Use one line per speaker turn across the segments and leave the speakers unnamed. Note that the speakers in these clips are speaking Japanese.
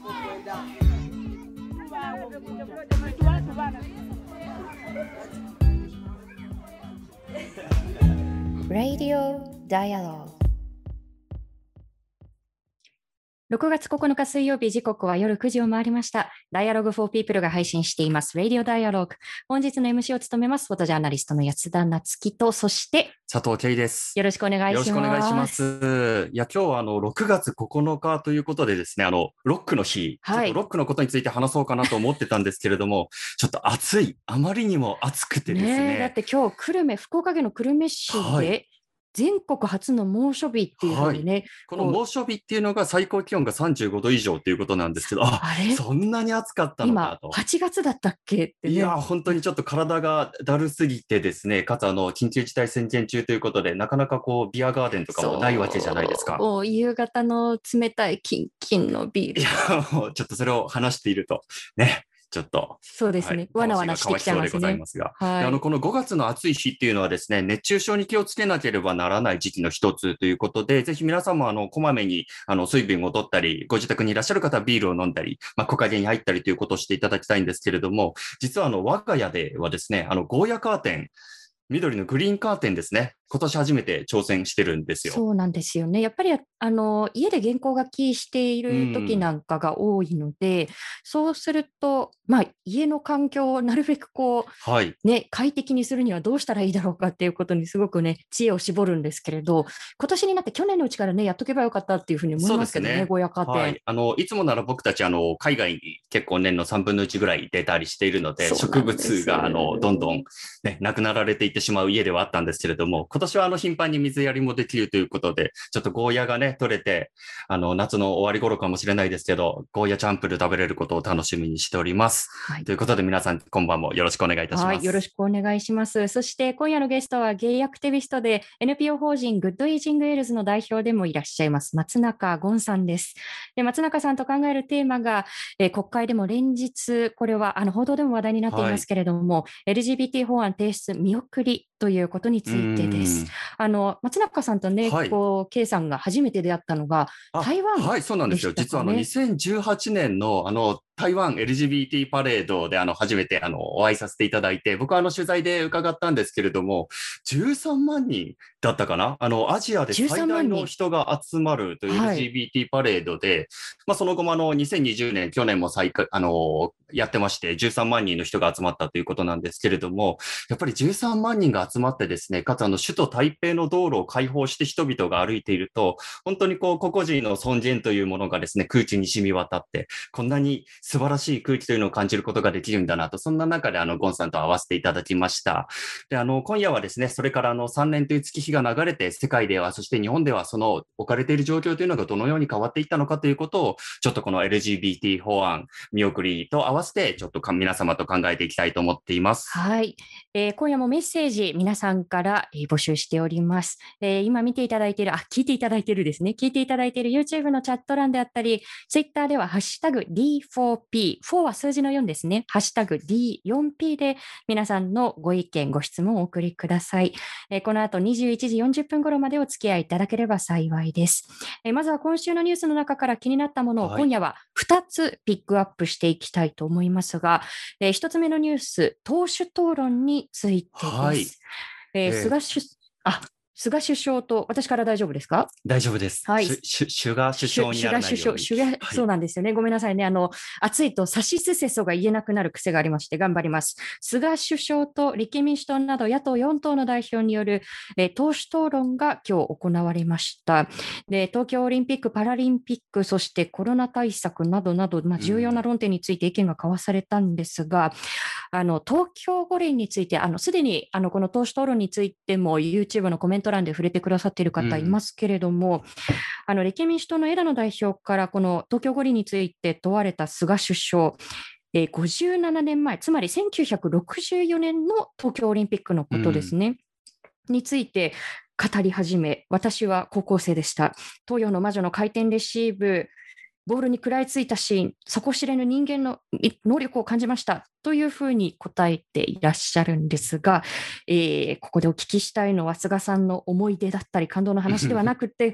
Radio Dialogue 6月9日水曜日、時刻は夜9時を回りました。Dialogue for People が配信しています Radio Dialogue。本日の MC を務めますフォトジャーナリストの安田なつきと、そして
佐藤圭です。
よろしくお願いします。
よろしくお願いします。いや、今日は6月9日ということでですね、ロックの日、ちょっとロックのことについて話そうかなと思ってたんですけれども、ちょっと暑い、あまりにも暑くてですね。
だって今日福岡県の久留米市で、全国初の猛暑日っていうふうにね、
この猛暑日っていうのが最高気温が35度以上ということなんですけど、そんなに暑かったのかと。
今8月だったっけってね。
いや、本当にちょっと体がだるすぎてですね、かつ緊急事態宣言中ということで、なかなかビアガーデンとかもないわけじゃないですか。
夕方の冷たいキンキンのビール。
いや、もうちょっとそれを話しているとね。ちょっと。
そうですね。わなわなしてきちゃいますね。
この5月の暑い日っていうのはですね、熱中症に気をつけなければならない時期の一つということで、ぜひ皆さんもこまめに水分を取ったり、ご自宅にいらっしゃる方はビールを飲んだり、木陰に入ったりということをしていただきたいんですけれども、実は我が家ではですね、ゴーヤカーテン、緑のグリーンカーテンですね。今年初めて挑戦してるんですよ。
そうなんですよね。やっぱり家で原稿書きしている時なんかが多いので、そうすると、家の環境をなるべく快適にするにはどうしたらいいだろうかっていうことにすごくね、知恵を絞るんですけれど、今年になって去年のうちからね、やっとけばよかったっていうふうに思いますけどね、ゴーヤカーテン。
いつもなら僕たち海外に結構年の3分の1ぐらい出たりしているので、植物がどんどんね、なくなられていってしまう家ではあったんですけれども、今年は頻繁に水やりもできるということで、ちょっとゴーヤがね、取れて、夏の終わり頃かもしれないですけど、ゴーヤチャンプル食べれることを楽しみにしております。ということで皆さん、今晩もよろしくお願いいたします。
よろしくお願いします。そして今夜のゲストはゲイアクティビストで NPO 法人グッドイージングエールズの代表でもいらっしゃいます松中ゴンさんです。で、松中さんと考えるテーマが、国会でも連日、これは報道でも話題になっていますけれども、LGBT 法案提出見送りということについてです。松中さんとね、K さんが初めて出会ったのが台湾でしたかね。
そうなんですよ。実は2018年の台湾 LGBT パレードで初めてお会いさせていただいて、僕は取材で伺ったんですけれども、13万人だったかな、アジアで最大の人が集まるという LGBT パレードで、その後も2020年、去年もやってまして、13万人の人が集まったということなんですけれども、やっぱり13万人が集まってですね、かつ首都台北の道路を開放して人々が歩いていると、本当に個々人の尊厳というものがですね、空気に染み渡って、こんなに素晴らしい空気というのを感じることができるんだなと、そんな中でゴンさんと会わせていただきました。で、今夜はですね、それから3年という月日が流れて、世界では、そして日本ではその置かれている状況というのがどのように変わっていったのかということを、ちょっとこの LGBT 法案見送りと合わせて、ちょっと皆様と考えていきたいと思っています。
はい。今夜もメッセージ皆さんから募集しております。今見ていただいている、聞いていただいているですね。聞いていただいている YouTube のチャット欄であったり、Twitter ではハッシュタグ D4P、4は数字の4ですね。ハッシュタグ D4P で皆さんのご意見、ご質問をお送りください。この後21時40分頃までお付き合いいただければ幸いです。まずは今週のニュースの中から気になったものを今夜は2つピックアップしていきたいと思いますが、1つ目のニュース、党首討論についてです。菅首相と、私から大丈夫ですか？
大丈夫です。
はい。
首相にならないように。
そうなんですよね。ごめんなさいね。暑いとさしすせそが言えなくなる癖がありまして頑張ります。菅首相と立憲民主党など野党4党の代表による党首討論が今日行われました。で、東京オリンピック・パラリンピック、そしてコロナ対策などなど、重要な論点について意見が交わされたんですが、東京五輪について、すでにこの党首討論についても YouTube のコメント欄で触れてくださっている方いますけれども、立憲民主党の枝野代表からこの東京五輪について問われた菅首相、57年前、つまり1964年の東京オリンピックのことですね、について語り始め、私は高校生でした。東洋の魔女の回転レシーブ、ボールに食らいついたシーン、底知れぬ人間の能力を感じましたというふうに答えていらっしゃるんですが、ここでお聞きしたいのは菅さんの思い出だったり感動の話ではなくて、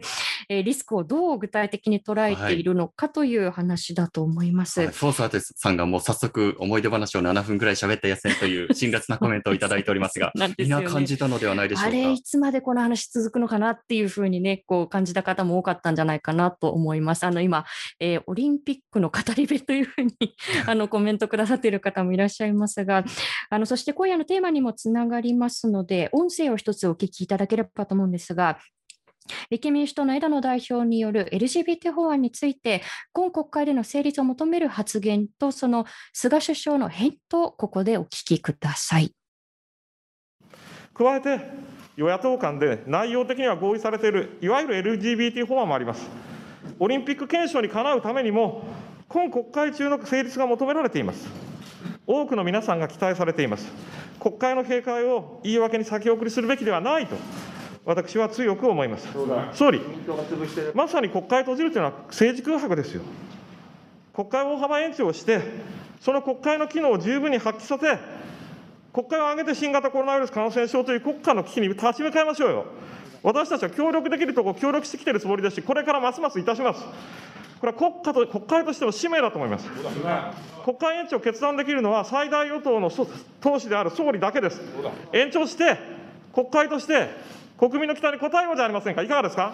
リスクをどう具体的に捉えているのかという話だと思います。
フォーサーテスさんがもう早速思い出話を7分ぐらい喋ったやつねという辛辣なコメントをいただいておりますが、みんな感じたのではないでしょうか。
あれ、いつまでこの話続くのかなっていうふうにね、こう感じた方も多かったんじゃないかなと思います。今、オリンピックの語り部というふうにコメントくださっている方もいらっしゃいますが、そして今夜のテーマにもつながりますので、音声を一つお聞きいただければと思うんですが、立憲民主党の枝野代表による LGBT 法案について、今国会での成立を求める発言と、その菅首相の返答、ここでお聞きください。
加えて、与野党間で内容的には合意されている、いわゆる LGBT 法案もあります。オリンピック憲章にかなうためにも、今国会中の成立が求められています。多くの皆さんが期待されています。国会の閉会を言い訳に先送りするべきではないと、私は強く思います。総理、まさに国会閉じるというのは政治空白ですよ。国会を大幅延長して、その国会の機能を十分に発揮させ、国会を挙げて新型コロナウイルス感染症という国家の危機に立ち向かいましょうよ。私たちは協力できるところ、協力してきているつもりですし、これからますますいたします。これは国会としての使命だと思います。国会延長を決断できるのは、最大与党の党首である総理だけです。延長して、国会として、国民の期待に応えようじゃありませんか。いかがですか。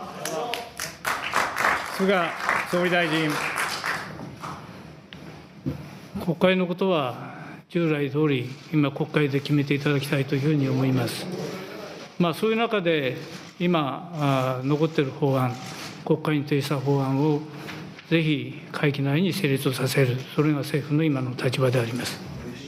菅総理大臣。国会のことは従来通り、今、国会で決めていただきたいというふうに思います。そういう中で、今、残っている法案、国会に提出した法案をぜひ会期内に成立をさせる、それが政府の今の立場であります。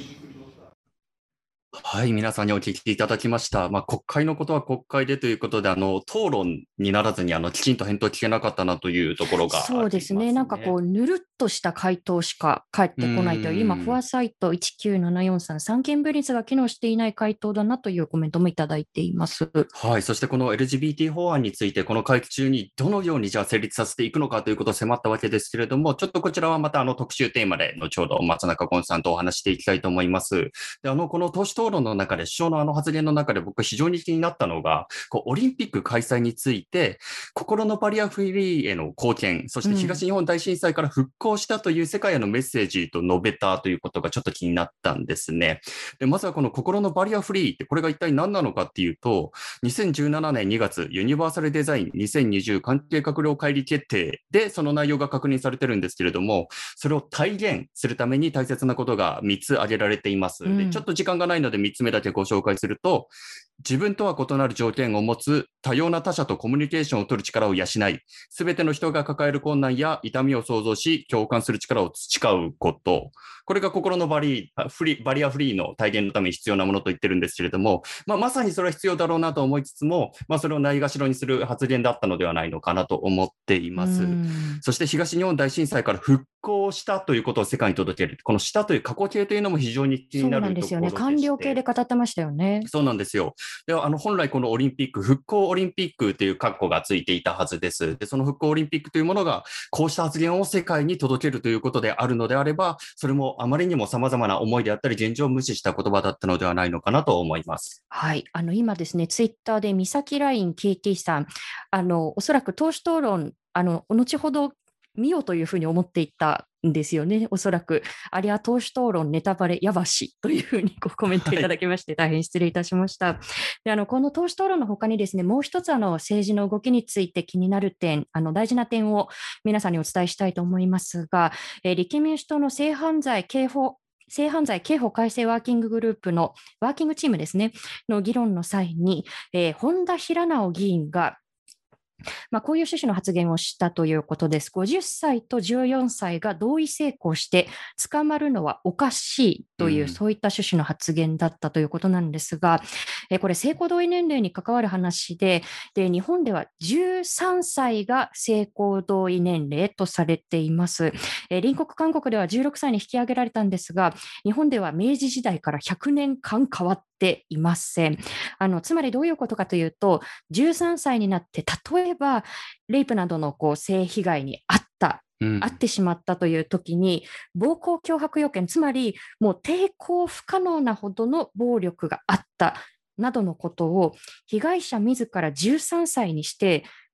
はい、皆さんにお聞きいただきました。国会のことは国会でということで、討論にならずに、きちんと返答聞けなかったなというところがありますね。
そうですね。なんかこう、ぬるっとした回答しか返ってこないという、今、フォアサイト19743、三権分立が機能していない回答だなというコメントもいただいています。
はい、そしてこの LGBT 法案について、この会期中にどのようにじゃあ成立させていくのかということを迫ったわけですけれども、ちょっとこちらはまた特集テーマで、後ほど松中ゴンさんとお話していきたいと思います。で、この党首討論の中で、首相の発言の中で僕非常に気になったのが、オリンピック開催について、心のバリアフリーへの貢献、そして東日本大震災から復興したという世界へのメッセージと述べたということがちょっと気になったんですね。で、まずはこの心のバリアフリーって、これが一体何なのかっていうと、2017年2月、ユニバーサルデザイン2020関係閣僚会議決定でその内容が確認されてるんですけれども、それを体現するために大切なことが3つ挙げられています。で、ちょっと時間がないので3つ目だけご紹介すると、自分とは異なる条件を持つ多様な他者とコミュニケーションを取る力を養い、すべての人が抱える困難や痛みを想像し、共感する力を培うこと。これが心のバリアフリーの体現のために必要なものと言ってるんですけれども、まさにそれは必要だろうなと思いつつも、それをないがしろにする発言だったのではないのかなと思っています。そして東日本大震災から復興したということを世界に届ける。このしたという過去形というのも非常に気になるところでして。そうなんですよね。
完了形で語ってましたよね。
そうなんですよ。で本来このオリンピック、復興オリンピックという括弧がついていたはずです。で、その復興オリンピックというものが、こうした発言を世界に届けるということであるのであれば、それもあまりにも様々な思いであったり、現状を無視した言葉だったのではないのかなと思います。
はい。今ですね、ツイッターで、三崎ライン KT さん、おそらく党首討論、後ほど見ようというふうに思っていたんですよね。おそらく、あれは党首討論ネタバレやばしというふうにコメントいただきまして、大変失礼いたしました。で、この党首討論の他にですね、もう一つ政治の動きについて気になる点、大事な点を皆さんにお伝えしたいと思いますが、立憲民主党の性犯罪刑法改正ワーキンググループのワーキングチームですね、の議論の際に、本田平直議員がこういう趣旨の発言をしたということです。50歳と14歳が同意性交して捕まるのはおかしいという、そういった趣旨の発言だったということなんですが、これ性交同意年齢に関わる話で、日本では13歳が性交同意年齢とされています。隣国韓国では16歳に引き上げられたんですが、日本では明治時代から100年間変わっていません。つまりどういうことかというと、13歳になって例えばレイプなどの性被害に遭ってしまったという時に、暴行脅迫要件、つまりもう抵抗不可能なほどの暴力があったなどのことを被害者自ら13歳にして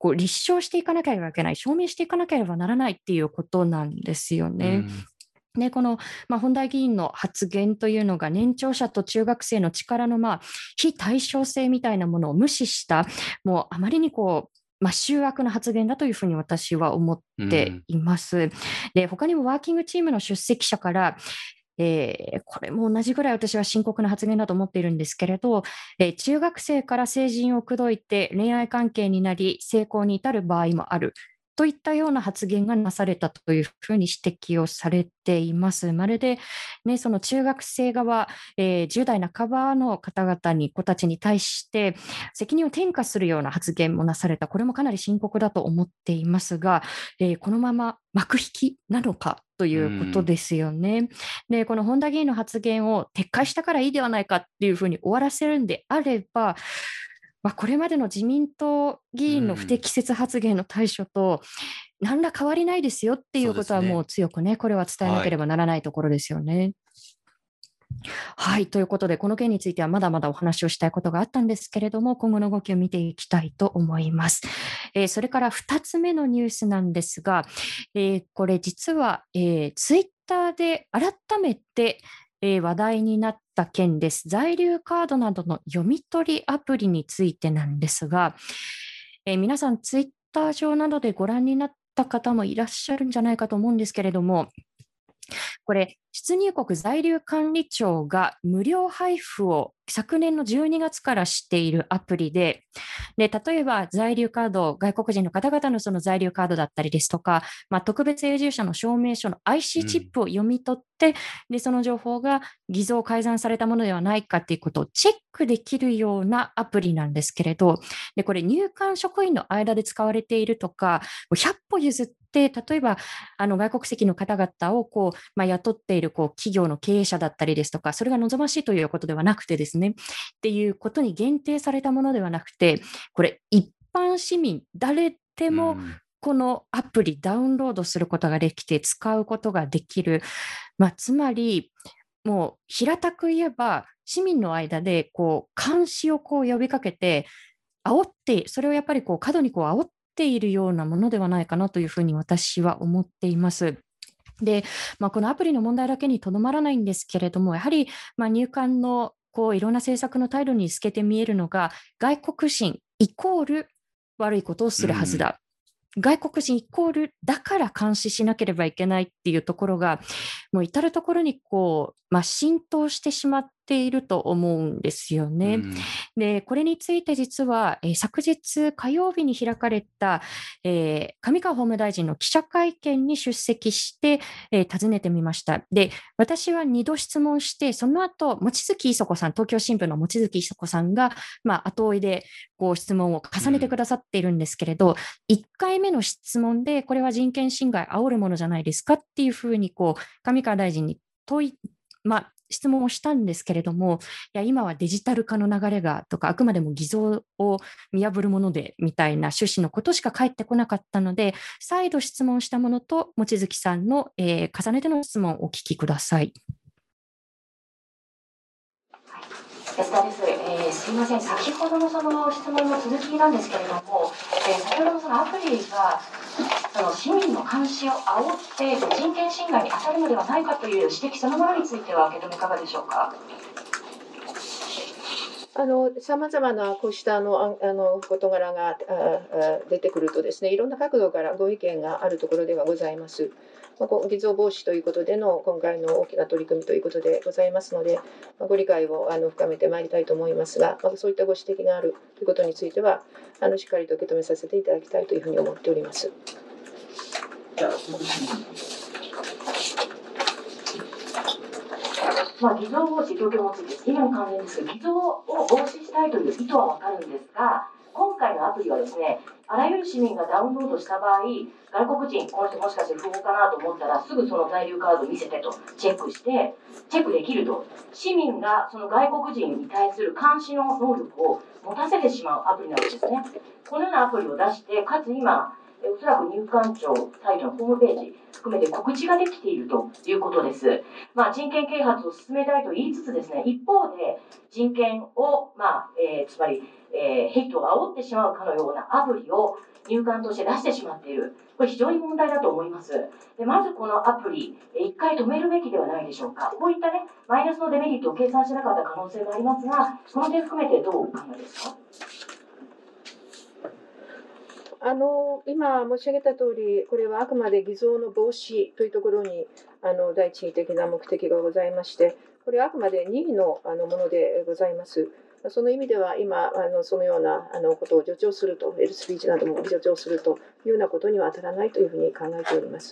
こう立証していかなければいけない、証明していかなければならないっていうことなんですよね。で、この、本田議員の発言というのが、年長者と中学生の力の、非対称性みたいなものを無視した、もうあまりに醜悪な発言だというふうに私は思っています。で、他にもワーキングチームの出席者から、これも同じぐらい私は深刻な発言だと思っているんですけれど、中学生から成人を口説いて恋愛関係になり成功に至る場合もあるといったような発言がなされたというふうに指摘をされています。まるで、その中学生側、10代半ばの方々に、子たちに対して責任を転嫁するような発言もなされた。これもかなり深刻だと思っていますが、このまま幕引きなのかということですよね。で、この本田議員の発言を撤回したからいいではないかっていうふうに終わらせるんであれば、これまでの自民党議員の不適切発言の対処と何ら変わりないですよっていうことはもう強くね、これは伝えなければならないところですよね。はい、ということで、この件についてはまだまだお話をしたいことがあったんですけれども、今後の動きを見ていきたいと思います。それから2つ目のニュースなんですが、これ実は、ツイッターで改めて、話題になった件です。在留カードなどの読み取りアプリについてなんですが、皆さんツイッター上などでご覧になった方もいらっしゃるんじゃないかと思うんですけれども、これ、出入国在留管理庁が無料配布を昨年の12月からしているアプリで、例えば在留カード、外国人の方々のその在留カードだったりですとか、特別永住者の証明書の IC チップを読み取って、でその情報が偽造改ざんされたものではないかということをチェックできるようなアプリなんですけれど、でこれ入管職員の間で使われているとか、100歩譲って例えば外国籍の方々を雇っている企業の経営者だったりですとか、それが望ましいということではなくてですね、っていうことに限定されたものではなくて、これ一般市民誰でもこのアプリダウンロードすることができて使うことができる。つまりもう平たく言えば市民の間で監視を呼びかけて煽って、それをやっぱり過度に煽っているようなものではないかなというふうに私は思っています。で、このアプリの問題だけにとどまらないんですけれども、やはり入管のいろんな政策の態度に透けて見えるのが、外国人イコール悪いことをするはずだ。外国人イコールだから監視しなければいけないっていうところが、もう至るところに浸透してしまっていると思うんですよね。で、これについて実は、昨日火曜日に開かれた、上川法務大臣の記者会見に出席して、尋ねてみました。で、私は2度質問して、その後、望月磯子さん、東京新聞の望月磯子さんが、後追いで質問を重ねてくださっているんですけれど、1回目の質問で、これは人権侵害煽るものじゃないですかっていうふうに上川大臣に質問をしたんですけれども、いや今はデジタル化の流れがとか、あくまでも偽造を見破るものでみたいな趣旨のことしか返ってこなかったので、再度質問したものと望月さんの、重ねての質問をお聞きください。
安田です。すみません、先ほどのその質問の続きなんですけれども、先ほどのそのアプリがその市民の監視を煽って人権侵害に当たるのではないかという指摘そのものについては受け止めいかがでしょうか。
さまざまなこうした事柄が出てくるとですね、いろんな角度からご意見があるところではございます。偽造防止ということでの今回の大きな取り組みということでございますので、ご理解を深めてまいりたいと思いますが、そういったご指摘があるということについてはしっかりと受け止めさせていただきたいというふうに思っております。
偽造防止、状況もついて、今の関連ですが、偽造を防止したいという意図はわかるんですが、今回のアプリはですね、あらゆる市民がダウンロードした場合、外国人、この人もしかして不法かなと思ったら、すぐその在留カードを見せてとチェックできると、市民がその外国人に対する監視の能力を持たせてしまうアプリなわけですね。このようなアプリを出して、かつ今、 おそらく入管庁サイトのホームページ含めて告知ができているということです。人権啓発を進めたいと言いつつですね、一方で人権を、つまり、ヘイトを煽ってしまうかのようなアプリを入管として出してしまっている。これ非常に問題だと思います。でまずこのアプリ、一回止めるべきではないでしょうか。こういったね、マイナスのデメリットを計算しなかった可能性がありますが、その点含めてどうお考えですか。
今申し上げた通り、これはあくまで偽造の防止というところに第一義的な目的がございまして、これはあくまで任意のものでございます。その意味では今そのようなことを助長すると、ヘルスピーチなども助長するというようなことには当たらないというふうに考えております。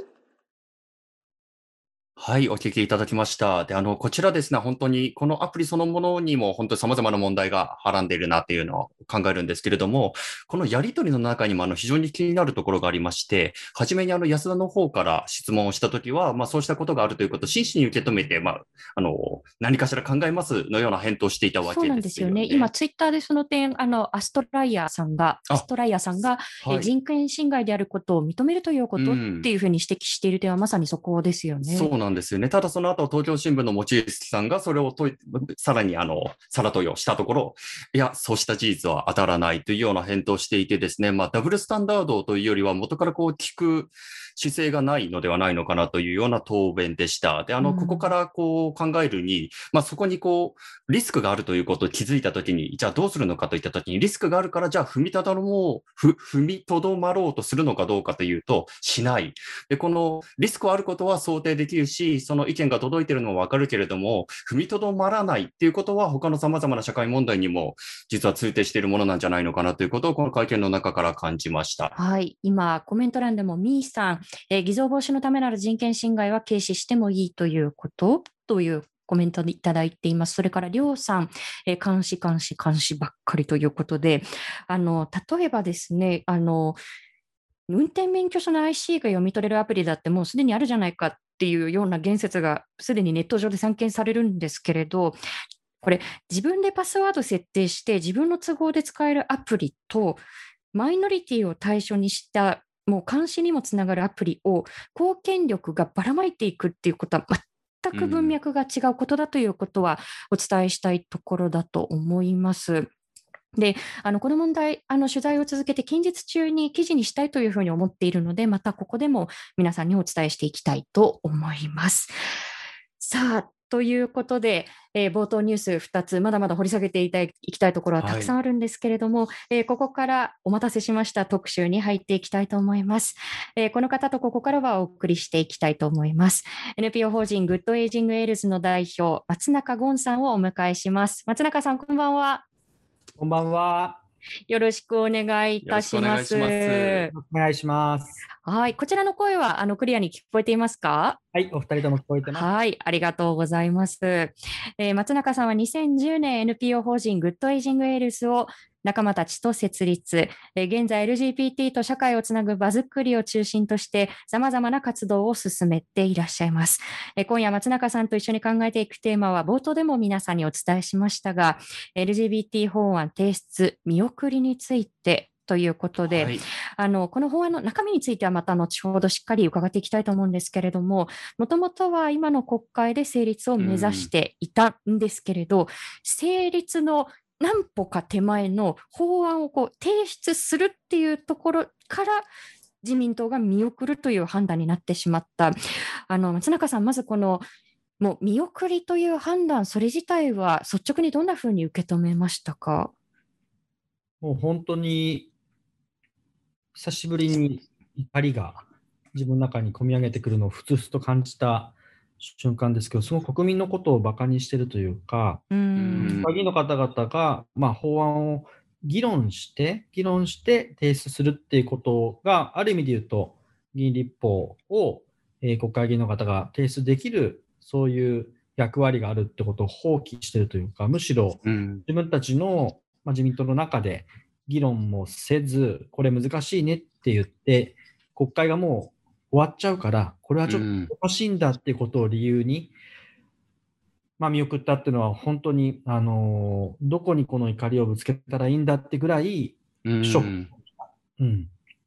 はい、お聞きいただきました。で、こちらですね、本当にこのアプリそのものにも本当に様々な問題がはらんでいるなっていうのを考えるんですけれども、このやりとりの中にも非常に気になるところがありまして、初めに安田の方から質問をしたときは、そうしたことがあるということを真摯に受け止めて、何かしら考えますのような返答をしていたわけですよね。
そうなんですよね。今、ツイッターでその点、アストライヤーさんが、
はい、
人権侵害であることを認めるということっていうふうに指摘している点はまさにそこですよね。
そうなんですよね。ただその後、東京新聞の望月さんがそれをさらにさら問いをしたところ、いや、そうした事実は当たらないというような返答をしていてですね、ダブルスタンダードというよりは元から聞く姿勢がないのではないのかなというような答弁でした。で、ここから考えるに、そこにリスクがあるということを気づいたときに、じゃあどうするのかといったときに、リスクがあるから、じゃあ踏みとどまろうとするのかどうかというと、しない。で、このリスクはあることは想定できるし、その意見が届いているのはわかるけれども、踏みとどまらないっていうことは、他の様々な社会問題にも、実は通底しているものなんじゃないのかなということを、この会見の中から感じました。
はい。今、コメント欄でも、ミーさん、偽造防止のためなら人権侵害は軽視してもいいということというコメントでいただいています。それから、りょうさん、監視ばっかりということで、例えばですね、運転免許証の IC が読み取れるアプリだってもうすでにあるじゃないかっていうような言説がすでにネット上で散見されるんですけれど、これ自分でパスワード設定して自分の都合で使えるアプリと、マイノリティを対象にしたもう監視にもつながるアプリを公権力がばらまいていくっていうことは全く文脈が違うことだということはお伝えしたいところだと思います。で、この問題、取材を続けて近日中に記事にしたいというふうに思っているので、またここでも皆さんにお伝えしていきたいと思います。さあ、ということで、冒頭ニュース2つ、まだまだ掘り下げていきたいところはたくさんあるんですけれども、ここからお待たせしました特集に入っていきたいと思います。この方とここからはお送りしていきたいと思います。NPO 法人グッドエイジングエールズの代表、松中権さんをお迎えします。松中さん、こんばんは。
こんばんは。
よろしくお願いいたします。
よろしくお願いします。
お願いします。
はい。こちらの声はクリアに聞こえていますか？
はい、お二人とも聞こえてます。
はい。ありがとうございます。松中さんは2010年 NPO 法人グッドエイジングエールズを仲間たちと設立。現在 LGBT と社会をつなぐ場作りを中心として様々な活動を進めていらっしゃいます。今夜松中さんと一緒に考えていくテーマは冒頭でも皆さんにお伝えしましたが、LGBT 法案提出見送りについてということで、はい、この法案の中身についてはまた後ほどしっかり伺っていきたいと思うんですけれども、もともとは今の国会で成立を目指していたんですけれど、成立の何歩か手前の法案を提出するっていうところから自民党が見送るという判断になってしまった。松中さん、まずこのもう見送りという判断、それ自体は率直にどんなふうに受け止めましたか？
もう本当に久しぶりに怒りが自分の中に込み上げてくるのをふつふつと感じた瞬間ですけど、すごく国民のことをバカにしているというか、議員の方々が、法案を議論して提出するっていうことが、ある意味で言うと、議員立法を、国会議員の方が提出できる、そういう役割があるってことを放棄しているというか、むしろ自分たちの、自民党の中で議論もせず、これ難しいねって言って、国会がもう終わっちゃうから、これはちょっとおかしいんだっていうことを理由に、見送ったっていうのは本当に、どこにこの怒りをぶつけたらいいんだってぐらいショック。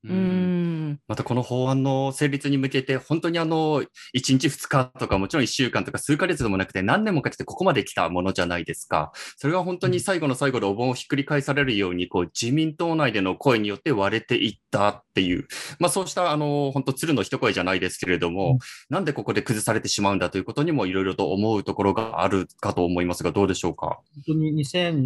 またこの法案の成立に向けて、本当に1日2日とか、もちろん1週間とか数ヶ月でもなくて、何年もかけてここまで来たものじゃないですか。それが本当に最後の最後でお盆をひっくり返されるように、自民党内での声によって割れていったっていう、そうした本当鶴の一声じゃないですけれども、なんでここで崩されてしまうんだということにもいろいろと思うところがあるかと思いますが、どうでしょうか。
本当に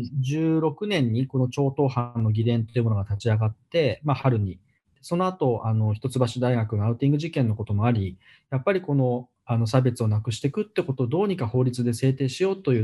2016年にこの超党派の議連というものが立ち上がって、春に、その後、一橋大学のアウティング事件のこともあり、やっぱりこの差別をなくしていくってことをどうにか法律で制定しようと言って、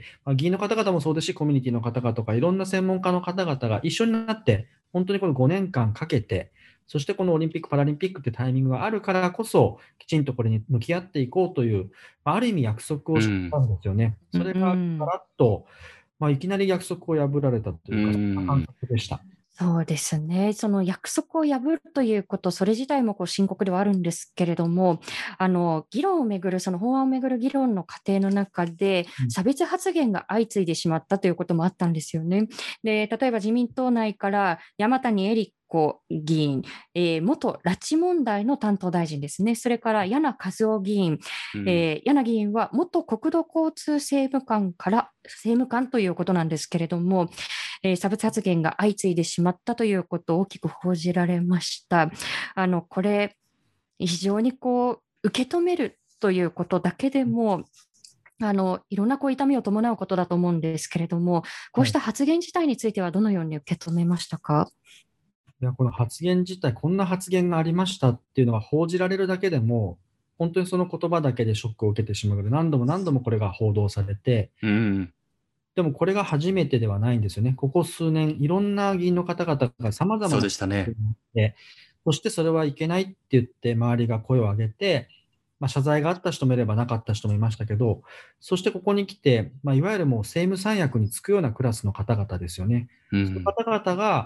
議員の方々もそうですし、コミュニティの方々とか、いろんな専門家の方々が一緒になって、本当にこの5年間かけて、そしてこのオリンピック・パラリンピックってタイミングがあるからこそ、きちんとこれに向き合っていこうという、ある意味約束をしたんですよね。それがガラッと、いきなり約束を破られたというか、そんな感覚でした。
そうですね。その約束を破るということ、それ自体も深刻ではあるんですけれども、議論をめぐる、その法案をめぐる議論の過程の中で、差別発言が相次いでしまったということもあったんですよね。で、例えば自民党内から山谷恵理子議員、元拉致問題の担当大臣ですね。それから柳和夫議員、柳議員は元国土交通政務官から政務官ということなんですけれども、差別発言が相次いでしまったということを大きく報じられました。これ、非常に受け止めるということだけでも、いろんな痛みを伴うことだと思うんですけれども、こうした発言自体についてはどのように受け止めましたか？
いや、この発言自体、こんな発言がありましたっていうのが報じられるだけでも、本当にその言葉だけでショックを受けてしまうので、何度も何度もこれが報道されて、でもこれが初めてではないんですよね。ここ数年、いろんな議員の方々が様々な
そうでしたね。
そしてそれはいけないって言って、周りが声を上げて、謝罪があった人もいればなかった人もいましたけど、そしてここに来て、いわゆるもう政務三役に就くようなクラスの方々ですよね。そういう方々が、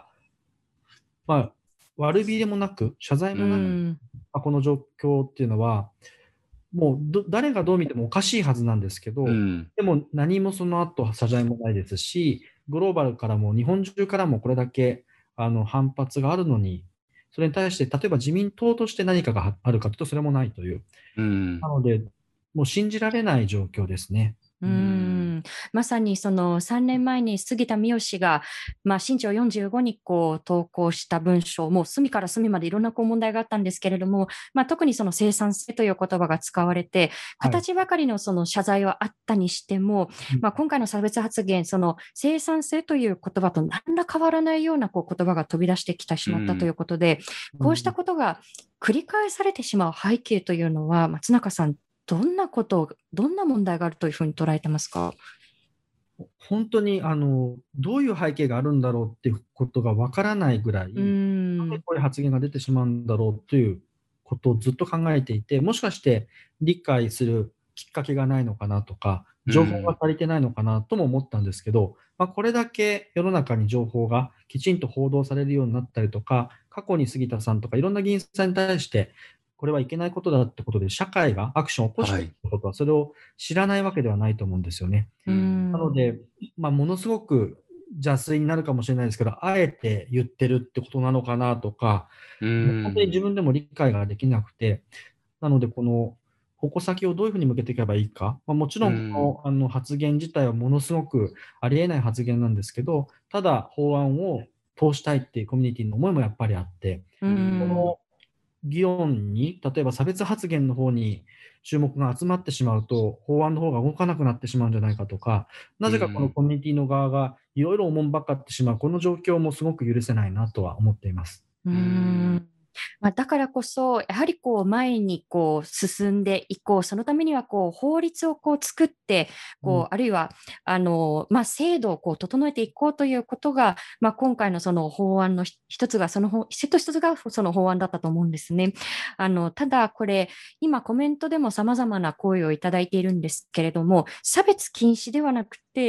悪びれもなく、謝罪もなく、この状況っていうのは、もう誰がどう見てもおかしいはずなんですけど、でも何もその後謝罪もないですし、グローバルからも日本中からもこれだけ反発があるのに、それに対して例えば自民党として何かがあるかというとそれもないという。なので、もう信じられない状況ですね。
まさにその3年前に杉田水脈氏が、新潮45に投稿した文章、もう隅から隅までいろんな問題があったんですけれども、特にその生産性という言葉が使われて、形ばかりのその謝罪はあったにしても、今回の差別発言、その生産性という言葉と何ら変わらないような言葉が飛び出してきてしまったということで、こうしたことが繰り返されてしまう背景というのは、松中さん、どんな問題があるというふうに捉えてますか？
本当にどういう背景があるんだろうっていうことがわからないぐらい、なんでこういう発言が出てしまうんだろうということをずっと考えていて、もしかして理解するきっかけがないのかなとか、情報が足りてないのかなとも思ったんですけど、これだけ世の中に情報がきちんと報道されるようになったりとか、過去に杉田さんとかいろんな議員さんに対して、これはいけないことだってことで、社会がアクションを起こしていることは、それを知らないわけではないと思うんですよね。なので、ものすごく邪推になるかもしれないですけど、あえて言ってるってことなのかなとか、本当に自分でも理解ができなくて、なので、この矛先をどういうふうに向けていけばいいか、もちろんこの発言自体はものすごくありえない発言なんですけど、ただ法案を通したいっていうコミュニティの思いもやっぱりあって、この議論に、例えば差別発言の方に注目が集まってしまうと、法案の方が動かなくなってしまうんじゃないかとか、なぜかこのコミュニティの側がいろいろおもんばかってしまう、この状況もすごく許せないなとは思っています。
だからこそ、やはり前に進んでいこう、そのためには法律を作って、あるいは制度を整えていこうということが、今回のその法案の一つが、その法案だったと思うんですね。ただ、これ、今コメントでも様々な声をいただいているんですけれども、差別禁止ではなくて、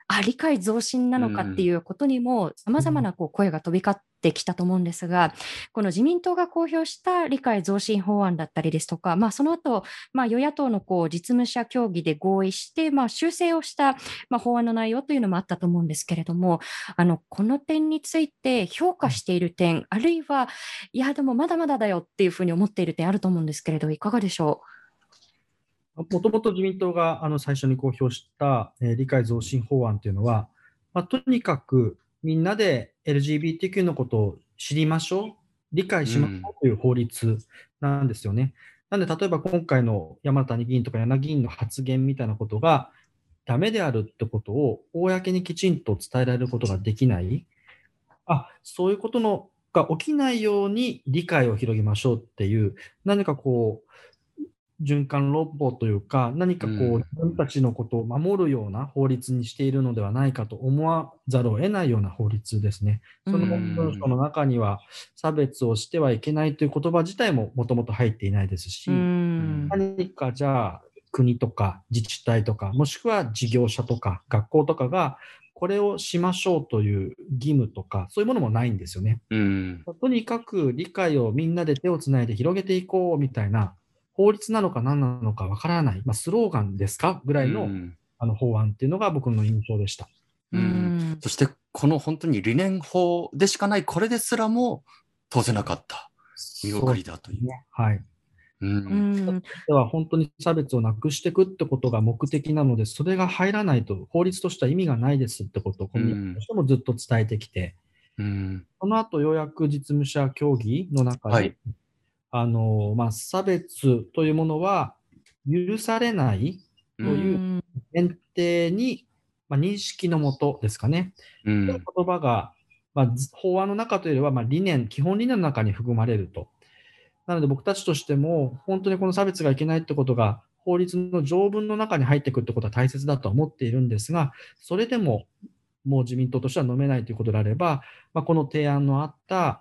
理解増進なのかっていうことにも、様々な声が飛び交ってきたと思うんですが、この自民党が公表した理解増進法案だったりですとか、その後、与野党の実務者協議で合意して、修正をした、法案の内容というのもあったと思うんですけれども、この点について評価している点、あるいは、いや、でもまだまだだよっていうふうに思っている点あると思うんですけれど、いかがでしょ
もともと自民党が最初に公表した理解増進法案というのは、とにかくみんなで LGBTQ のことを知りましょう、理解しましょうという法律なんですよね。なので、例えば今回の山谷議員とか柳議員の発言みたいなことがダメであるってことを公にきちんと伝えられることができない。そういうことが起きないように理解を広げましょうっていう、何か循環論法というか、何か自分たちのことを守るような法律にしているのではないかと思わざるを得ないような法律ですね。その文書の中には、差別をしてはいけないという言葉自体ももともと入っていないですし、何かじゃあ、国とか自治体とか、もしくは事業者とか学校とかが、これをしましょうという義務とか、そういうものもないんですよね。とにかく理解をみんなで手をつないで広げていこうみたいな、法律なのか何なのかわからない、スローガンですかぐらいの、法案っていうのが僕の印象でした。
そして、この本当に理念法でしかない、これですらも通せなかった。見送りだという。
はい。では本当に差別をなくしていくってことが目的なので、それが入らないと法律としては意味がないですってことをコミュニティとしてもずっと伝えてきて、その後ようやく実務者協議の中で、差別というものは許されないという前提に、認識のもとですかね。その言葉が、法案の中というよりは、基本理念の中に含まれると。なので僕たちとしても、本当にこの差別がいけないってことが、法律の条文の中に入ってくるってことは大切だと思っているんですが、それでも、もう自民党としては飲めないということであれば、この提案のあった、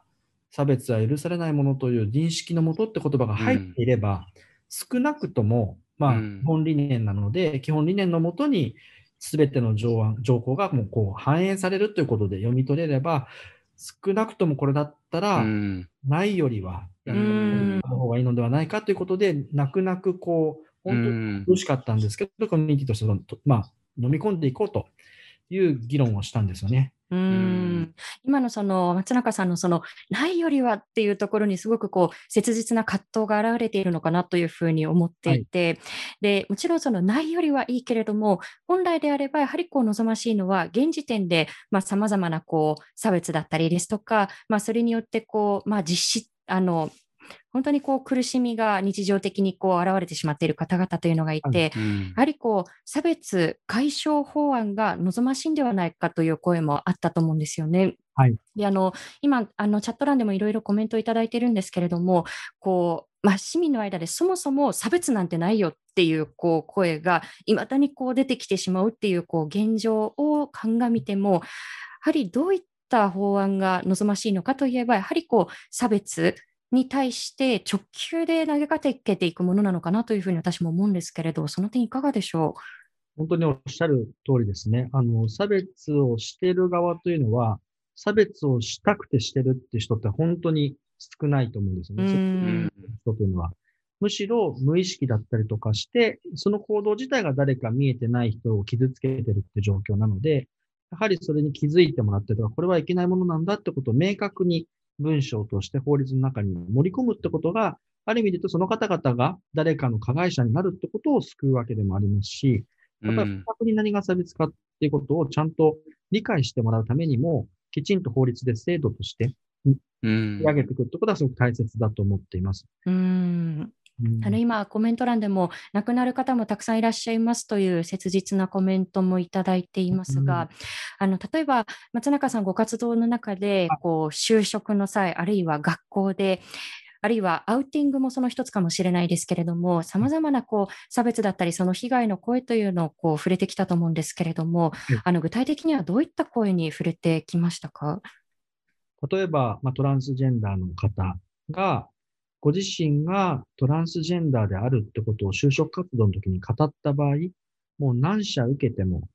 差別は許されないものという認識のもとって言葉が入っていれば、少なくとも、基本理念なので、基本理念のもとに、すべての条項がもう反映されるということで読み取れれば、少なくともこれだったら、ないよりは、やった方がいいのではないかということで、泣く泣く本当に苦しかったんですけど、コミュニティとして飲み込んでいこうという議論をしたんですよね。
今の松中さんのないよりはっていうところにすごく切実な葛藤が現れているのかなというふうに思っていて、でもちろんないよりはいいけれども、本来であればやはり望ましいのは現時点で様々な差別だったりですとか、それによって実施本当に苦しみが日常的に現れてしまっている方々というのがいて、やはり差別解消法案が望ましいんではないかという声もあったと思うんですよね。で今チャット欄でもいろいろコメントいただいているんですけれども、市民の間でそもそも差別なんてないよっていう声がいまだに出てきてしまうっていう現状を鑑みても、やはりどういった法案が望ましいのかといえば、やはり差別に対して直球で投げかけていくものなのかなというふうに私も思うんですけれど、その点いかがでしょう。
本当におっしゃる通りですね。差別をしている側というのは、差別をしたくてしてるって人って本当に少ないと思うんですよね。人というのは。むしろ無意識だったりとかして、その行動自体が誰か見えてない人を傷つけてるって状況なので、やはりそれに気づいてもらってとか、これはいけないものなんだってことを明確に文章として法律の中に盛り込むってことが、ある意味で言うとその方々が誰かの加害者になるってことを救うわけでもありますし、やっぱり明確に何が差別かっていうことをちゃんと理解してもらうためにも、きちんと法律で制度として上げていくってことはすごく大切だと思っています。
今、コメント欄でも亡くなる方もたくさんいらっしゃいますという切実なコメントもいただいていますが、例えば松中さんご活動の中で就職の際、あるいは学校で、あるいはアウティングもその一つかもしれないですけれども、様々な差別だったりその被害の声というのを触れてきたと思うんですけれども、具体的にはどういった声に触れてきましたか？
例えば、トランスジェンダーの方が、ご自身がトランスジェンダーであるってことを就職活動の時に語った場合、もう何社受けても、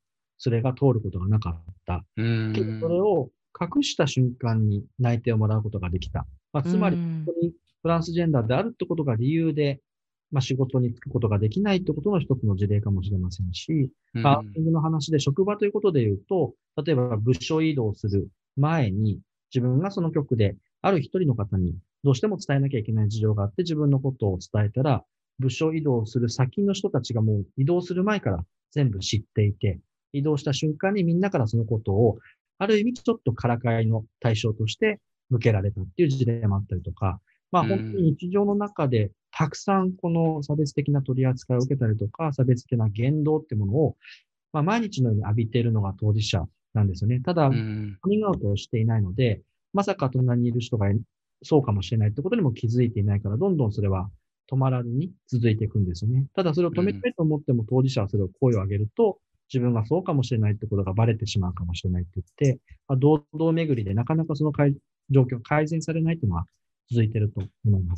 連れが通ることがなかった。けどそれを隠した瞬間に内定をもらうことができた。つまり、本当にトランスジェンダーであるってことが理由で、仕事に就くことができないってことの一つの事例かもしれませんし、アウティングの話で職場ということで言うと、例えば部署移動する前に、自分がその局である一人の方にどうしても伝えなきゃいけない事情があって自分のことを伝えたら、部署移動する先の人たちがもう移動する前から全部知っていて、移動した瞬間にみんなからそのことを、ある意味ちょっとからかいの対象として向けられたっていう事例もあったりとか、本当に日常の中でたくさんこの差別的な取り扱いを受けたりとか、差別的な言動ってものを、毎日のように浴びているのが当事者なんですよね。ただ、カミングアウトをしていないので、まさか隣にいる人がそうかもしれないってことにも気づいていないから、どんどんそれは止まらずに続いていくんですよね。ただそれを止めたいと思っても、当事者はそれを声を上げると、自分がそうかもしれないってことがバレてしまうかもしれないって言って、堂々巡りでなかなかその状況が改善されないというのは続いていると思います。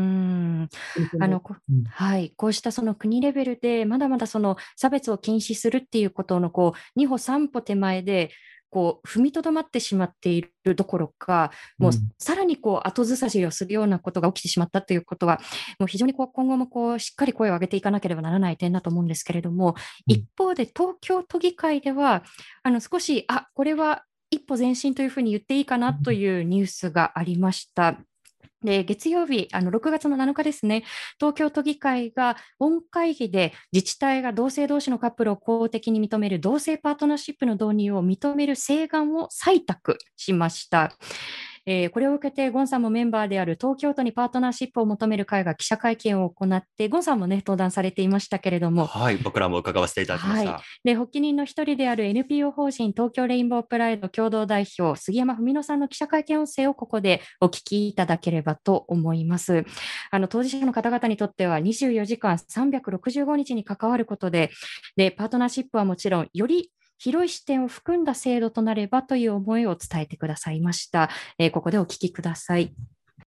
はい、こうしたその国レベルでまだまだその差別を禁止するっていうことの2歩3歩手前で踏みとどまってしまっているどころか、もうさらに後ずさしをするようなことが起きてしまったということは、もう非常に今後もしっかり声を上げていかなければならない点だと思うんですけれども、一方で東京都議会では少しこれは一歩前進というふうに言っていいかなというニュースがありました。で、月曜日、6月の7日ですね、東京都議会が本会議で自治体が同性同士のカップルを公的に認める同性パートナーシップの導入を認める請願を採択しました。これを受けて、ゴンさんもメンバーである東京都にパートナーシップを求める会が記者会見を行って、ゴンさんもね、登壇されていましたけれども。
はい、僕らも伺わせていただきました。
で、発起人の一人である NPO 法人東京レインボープライド共同代表、杉山文乃さんの記者会見音声をここでお聞きいただければと思います。当事者の方々にとっては24時間365日に関わることで、パートナーシップはもちろん、より広い視点を含んだ制度となればという思いを伝えてくださいました。ここでお聞きください。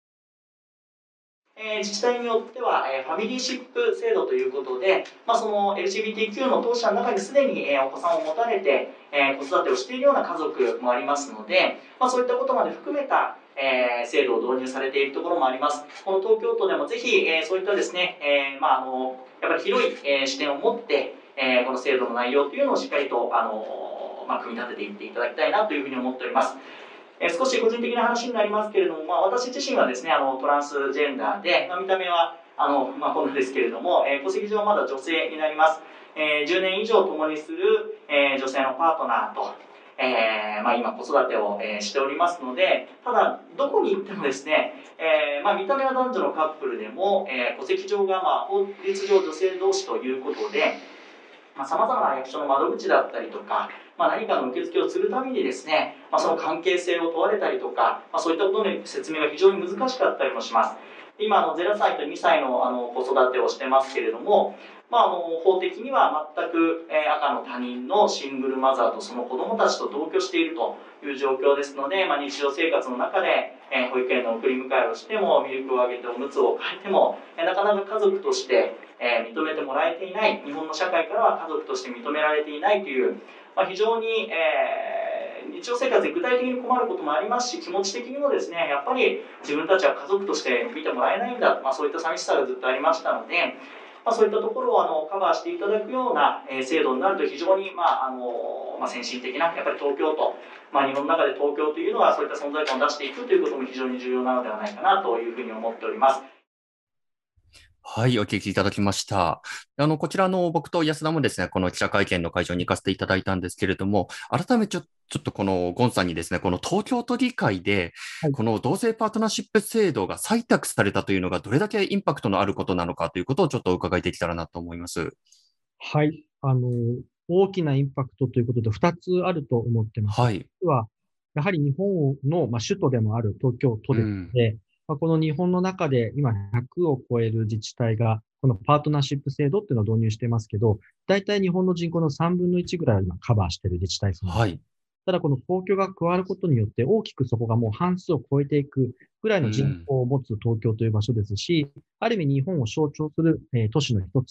自治体によっては、ファミリーシップ制度ということで、その LGBTQ の当事者の中にすでに、お子さんを持たれて、子育てをしているような家族もありますので、そういったことまで含めた、制度を導入されているところもあります。この東京都でもぜひ、そういったですね、やっぱり広い、視点を持って、この制度の内容というのをしっかりと、組み立てていっていただきたいなというふうに思っております。少し個人的な話になりますけれども、私自身はですね、トランスジェンダーで、見た目はこんなですけれども、戸籍上はまだ女性になります。10年以上共にする、女性のパートナーと、今子育てを、しておりますので、ただどこに行ってもですね、見た目は男女のカップルでも、戸籍上が法律上女性同士ということで、さまざまな役所の窓口だったりとか、何かの受付をするためにですね、その関係性を問われたりとか、そういったことの説明が非常に難しかったりもします。今0歳と2歳の子育てをしてますけれども、法的には全く赤の他人のシングルマザーとその子どもたちと同居しているという状況ですので、日常生活の中で保育園の送り迎えをしても、ミルクをあげておむつを替えても、なかなか家族として認めてもらえていない、日本の社会からは家族として認められていないという、非常に、日常生活で具体的に困ることもありますし、気持ち的にもですね、やっぱり自分たちは家族として見てもらえないんだ、そういった寂しさがずっとありましたので、そういったところをカバーしていただくような制度になると非常に先進的な、やっぱり東京都、日本の中で東京というのはそういった存在感を出していくということも非常に重要なのではないかなというふうに思っております。
はい、お聞きいただきました。こちらの僕と安田もですね、この記者会見の会場に行かせていただいたんですけれども、改めてちょっとこのゴンさんにですね、この東京都議会で、この同性パートナーシップ制度が採択されたというのがどれだけインパクトのあることなのかということをちょっとお伺いできたらなと思います。
はい。大きなインパクトということで2つあると思ってます。
はい。
は、やはり日本の、首都でもある東京都ですので、この日本の中で今100を超える自治体がこのパートナーシップ制度っていうのを導入していますけど、大体日本の人口の3分の1ぐらいを今カバーしている自治体です。はい。ただこの東京が加わることによって大きくそこがもう半数を超えていくぐらいの人口を持つ東京という場所ですし、ある意味日本を象徴する、都市の一つ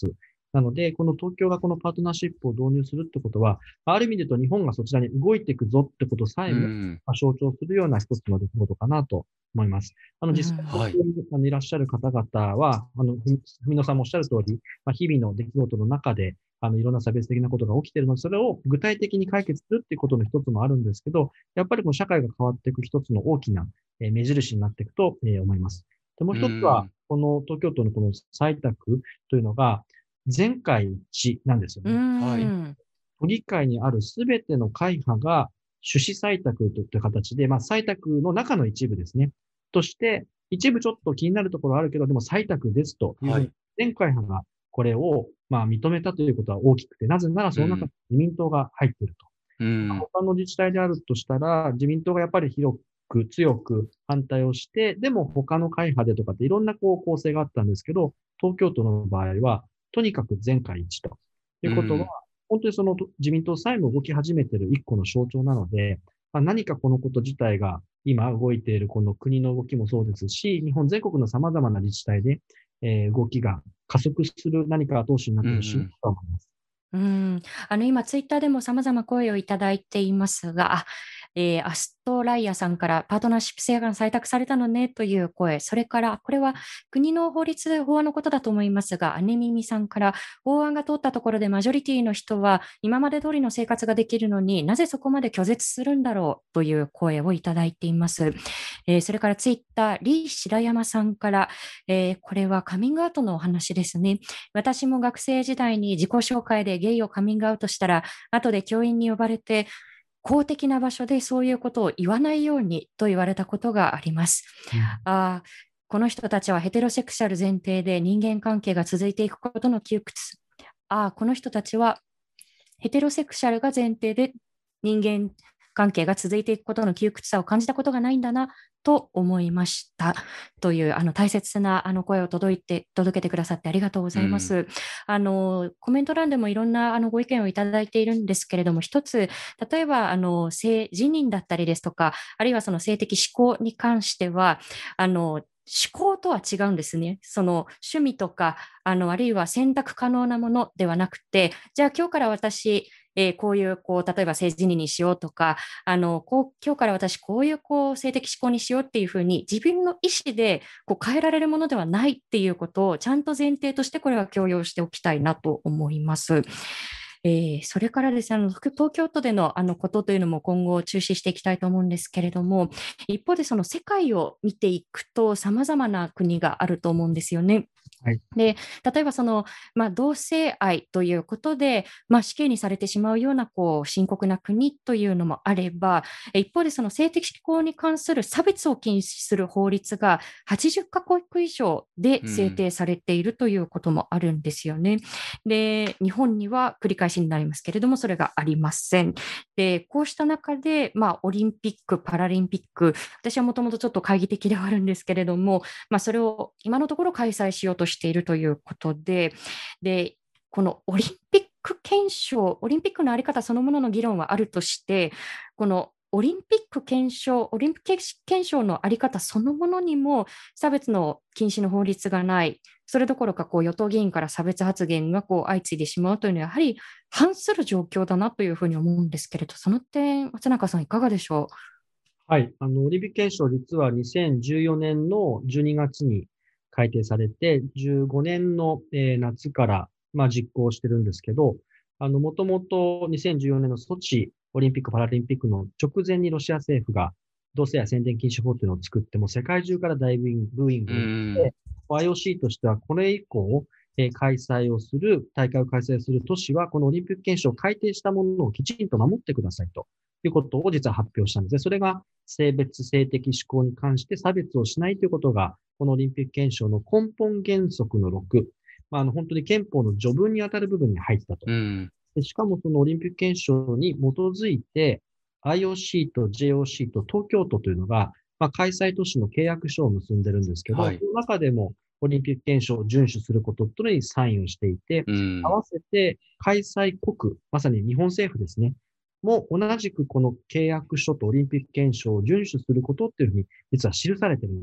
なので、この東京がこのパートナーシップを導入するってことは、ある意味で言うと日本がそちらに動いていくぞってことさえも、象徴するような一つの出来事かなと思います。実際
はい
にいらっしゃる方々は、文野さんもおっしゃる通り、日々の出来事の中で、いろんな差別的なことが起きているので、それを具体的に解決するっていうことの一つもあるんですけど、やっぱりこの社会が変わっていく一つの大きな目印になっていくと思います。で、もう一つは、この東京都のこの採択というのが、全会一致なんですよね。
はい。
都議会にあるすべての会派が趣旨採択といった形で、採択の中の一部ですね。として、一部ちょっと気になるところあるけど、でも採択ですというふうに、全会派がこれを認めたということは大きくて、なぜならその中に自民党が入っていると。他の自治体であるとしたら、自民党がやっぱり広く強く反対をして、でも他の会派でとかっていろんな構成があったんですけど、東京都の場合は、とにかく全会一致ということは、本当にその自民党さえも動き始めている一個の象徴なので、何かこのこと自体が今動いているこの国の動きもそうですし、日本全国の様々な自治体で、動きが加速する何か後押しになってほしいと思います。
今、ツイッターでも様々声をいただいていますが、アストライアさんからパートナーシップ制が採択されたのねという声、それからこれは国の法案のことだと思いますが、姉耳さんから法案が通ったところでマジョリティの人は今まで通りの生活ができるのになぜそこまで拒絶するんだろうという声をいただいています。それからツイッター、リー白山さんから、これはカミングアウトのお話ですね。私も学生時代に自己紹介でゲイをカミングアウトしたら、後で教員に呼ばれて、公的な場所でそういうことを言わないようにと言われたことがあります。この人たちはヘテロセクシャル前提で人間関係が続いていくことの窮屈。この人たちはヘテロセクシャルが前提で人間関係が続いていくことの窮屈さを感じたことがないんだなと思いましたという大切な声を届けてくださってありがとうございます。コメント欄でもいろんなご意見をいただいているんですけれども、一つ例えば性自認だったりですとか、あるいはその性的指向に関しては思考とは違うんですね。その趣味とかあるいは選択可能なものではなくて、じゃあ今日から私こういう例えば性自認にしようとか、今日から私こういう性的指向にしようっていうふうに自分の意思で変えられるものではないっていうことをちゃんと前提としてこれは強要しておきたいなと思います。それからですね、東京都でのことというのも今後注視していきたいと思うんですけれども、一方でその世界を見ていくと様々な国があると思うんですよね。で例えば同性愛ということで、死刑にされてしまうような深刻な国というのもあれば、一方でその性的指向に関する差別を禁止する法律が80カ国以上で制定されているということもあるんですよね。で日本には繰り返しになりますけれどもそれがありません。でこうした中で、オリンピック・パラリンピック、私はもともとちょっと懐疑的ではあるんですけれども、それを今のところ開催しようとしているということで、このオリンピック憲章、オリンピックの在り方そのものの議論はあるとして、このオリンピック憲章の在り方そのものにも差別の禁止の法律がない、それどころか与党議員から差別発言が相次いでしまうというのはやはり反する状況だなというふうに思うんですけれど、その点、松中さんいかがでしょう。
はい。オリンピック憲章、実は2014年の12月に改定されて、15年の夏から実行してるんですけど、もともと2014年のソチオリンピック・パラリンピックの直前にロシア政府が同性愛宣伝禁止法というのを作って、も世界中から大ブーイングで、IOC としてはこれ以降、大会を開催する都市は、このオリンピック憲章を改定したものをきちんと守ってくださいということを実は発表したんですね。それが性別、性的指向に関して差別をしないということが、このオリンピック憲章の根本原則の6、本当に憲法の序文にあたる部分に入ったと。でしかもそのオリンピック憲章に基づいて、IOC と JOC と東京都というのが、開催都市の契約書を結んでるんですけど、その中でもオリンピック憲章を遵守することというのにサインをしていて、合わせて開催国、まさに日本政府ですね、も同じくこの契約書とオリンピック憲章を遵守することっていうふうに実は記されてるんです。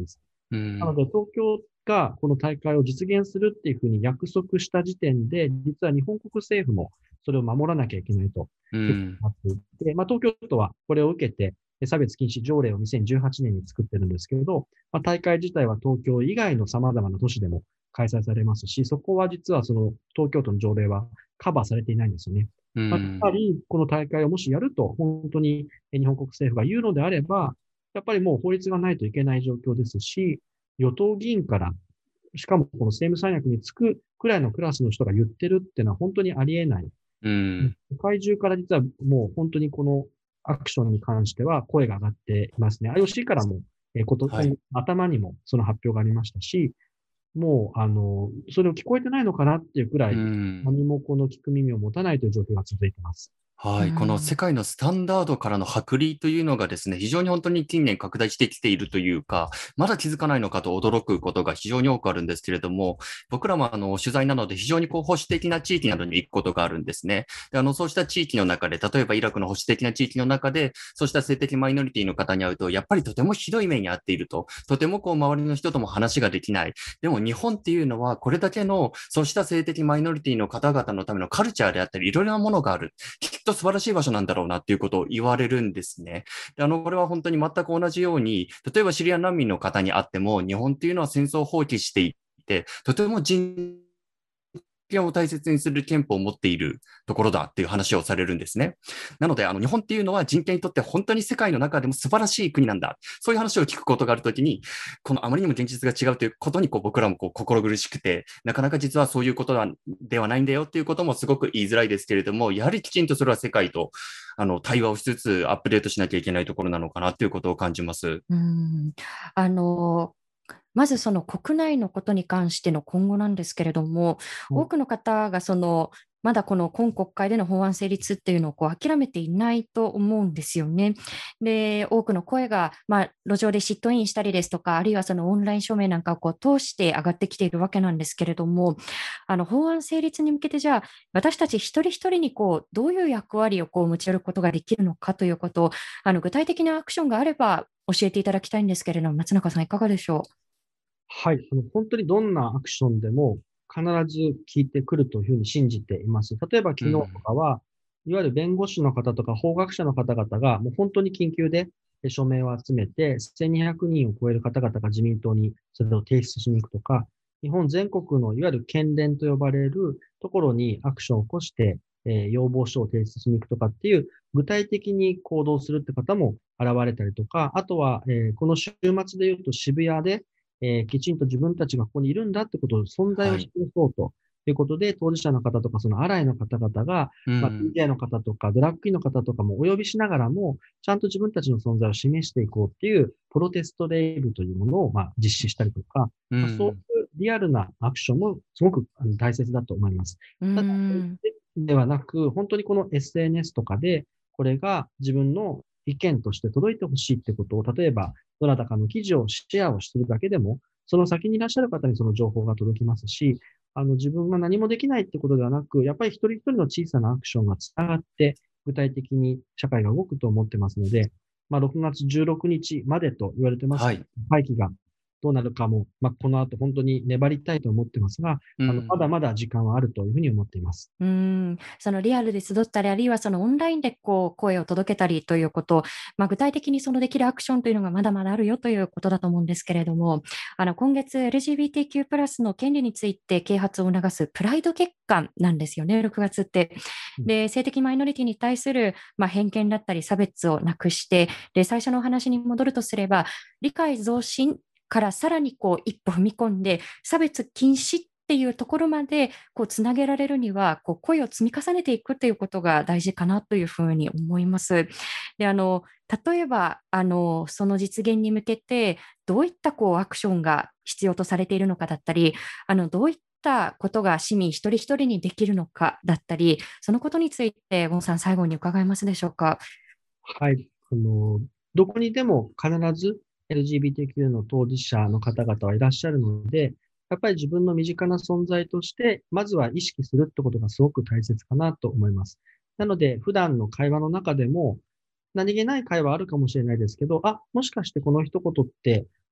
なので、東京がこの大会を実現するっていうふうに約束した時点で、実は日本国政府もそれを守らなきゃいけないとなっていて、東京都はこれを受けて、差別禁止条例を2018年に作ってるんですけれど、大会自体は東京以外の様々な都市でも開催されますし、そこは実はその東京都の条例はカバーされていないんですよね。やっぱりこの大会をもしやると、本当に日本国政府が言うのであれば、やっぱりもう法律がないといけない状況ですし、与党議員から、しかもこの政務三役につくくらいのクラスの人が言ってるっていうのは本当にありえない。世界中から実はもう本当にこのアクションに関しては声が上がっていますね。IOC からも、頭にもその発表がありましたし、もう、それを聞こえてないのかなっていうくらい、何もこの聞く耳を持たないという状況が続いています。
はい。この世界のスタンダードからの剥離というのがですね、非常に本当に近年拡大してきているというか、まだ気づかないのかと驚くことが非常に多くあるんですけれども、僕らも取材なので非常に保守的な地域などに行くことがあるんですね。で、そうした地域の中で、例えばイラクの保守的な地域の中で、そうした性的マイノリティの方に会うと、やっぱりとてもひどい目に遭っていると、とても周りの人とも話ができない。でも日本っていうのは、これだけの、そうした性的マイノリティの方々のためのカルチャーであったり、いろいろなものがある。きっと素晴らしい場所なんだろうなっていうことを言われるんですね。で、これは本当に全く同じように、例えばシリア難民の方に会っても、日本っていうのは戦争を放棄していて、とても人権を大切にする憲法を持っているところだっていう話をされるんですね。なので、日本っていうのは人権にとって本当に世界の中でも素晴らしい国なんだ。そういう話を聞くことがあるときに、このあまりにも現実が違うということに僕らも心苦しくて、なかなか実はそういうことではないんだよっていうこともすごく言いづらいですけれども、やはりきちんとそれは世界と対話をしつつアップデートしなきゃいけないところなのかなということを感じます。
まずその国内のことに関しての今後なんですけれども、多くの方がまだこの今国会での法案成立っていうのを諦めていないと思うんですよね。で、多くの声が、路上でシットインしたりですとか、あるいはそのオンライン署名なんかを通して上がってきているわけなんですけれども、法案成立に向けてじゃあ、私たち一人一人にどういう役割を持ち寄ることができるのかということを、具体的なアクションがあれば教えていただきたいんですけれども、松中さんいかがでしょう？
はい。本当にどんなアクションでも必ず聞いてくるというふうに信じています。例えば昨日とかは、いわゆる弁護士の方とか法学者の方々がもう本当に緊急で署名を集めて、1200人を超える方々が自民党にそれを提出しに行くとか、日本全国のいわゆる県連と呼ばれるところにアクションを起こして、要望書を提出しに行くとかっていう具体的に行動するって方も現れたりとか、あとは、この週末で言うと渋谷できちんと自分たちがここにいるんだってことを存在を示そうということで、当事者の方とか、そのアライの方々が、PTA の方とか、ドラッグインの方とかもお呼びしながらも、ちゃんと自分たちの存在を示していこうっていう、プロテストレイブというものを実施したりとか、そういうリアルなアクションもすごく大切だと思います。ただ、ではなく、本当にこの SNS とかで、これが自分の意見として届いてほしいってことを、例えば、どなたかの記事をシェアをするだけでも、その先にいらっしゃる方にその情報が届きますし、自分が何もできないってことではなく、やっぱり一人一人の小さなアクションがつながって、具体的に社会が動くと思ってますので、6月16日までと言われてます。会期がどうなるかも、この後本当に粘りたいと思ってますが、まだまだ時間はあるというふうに思っています。
そのリアルで集ったり、あるいはそのオンラインで声を届けたりということ、具体的にそのできるアクションというのがまだまだあるよということだと思うんですけれども、今月 LGBTQ+ の権利について啓発を促すプライド月間なんですよね、6月って。で、性的マイノリティに対する偏見だったり差別をなくして、で、最初のお話に戻るとすれば、理解増進からさらに一歩踏み込んで差別禁止っていうところまでつなげられるには声を積み重ねていくということが大事かなというふうに思います。で、例えばその実現に向けてどういったアクションが必要とされているのかだったり、どういったことが市民一人一人にできるのかだったり、そのことについてゴンさん最後に伺えますでしょうか？
はい。どこにでも必ずLGBTQ の当事者の方々はいらっしゃるので、やっぱり自分の身近な存在として、まずは意識するってことがすごく大切かなと思います。なので、普段の会話の中でも、何気ない会話あるかもしれないですけど、もしかしてこの一言って、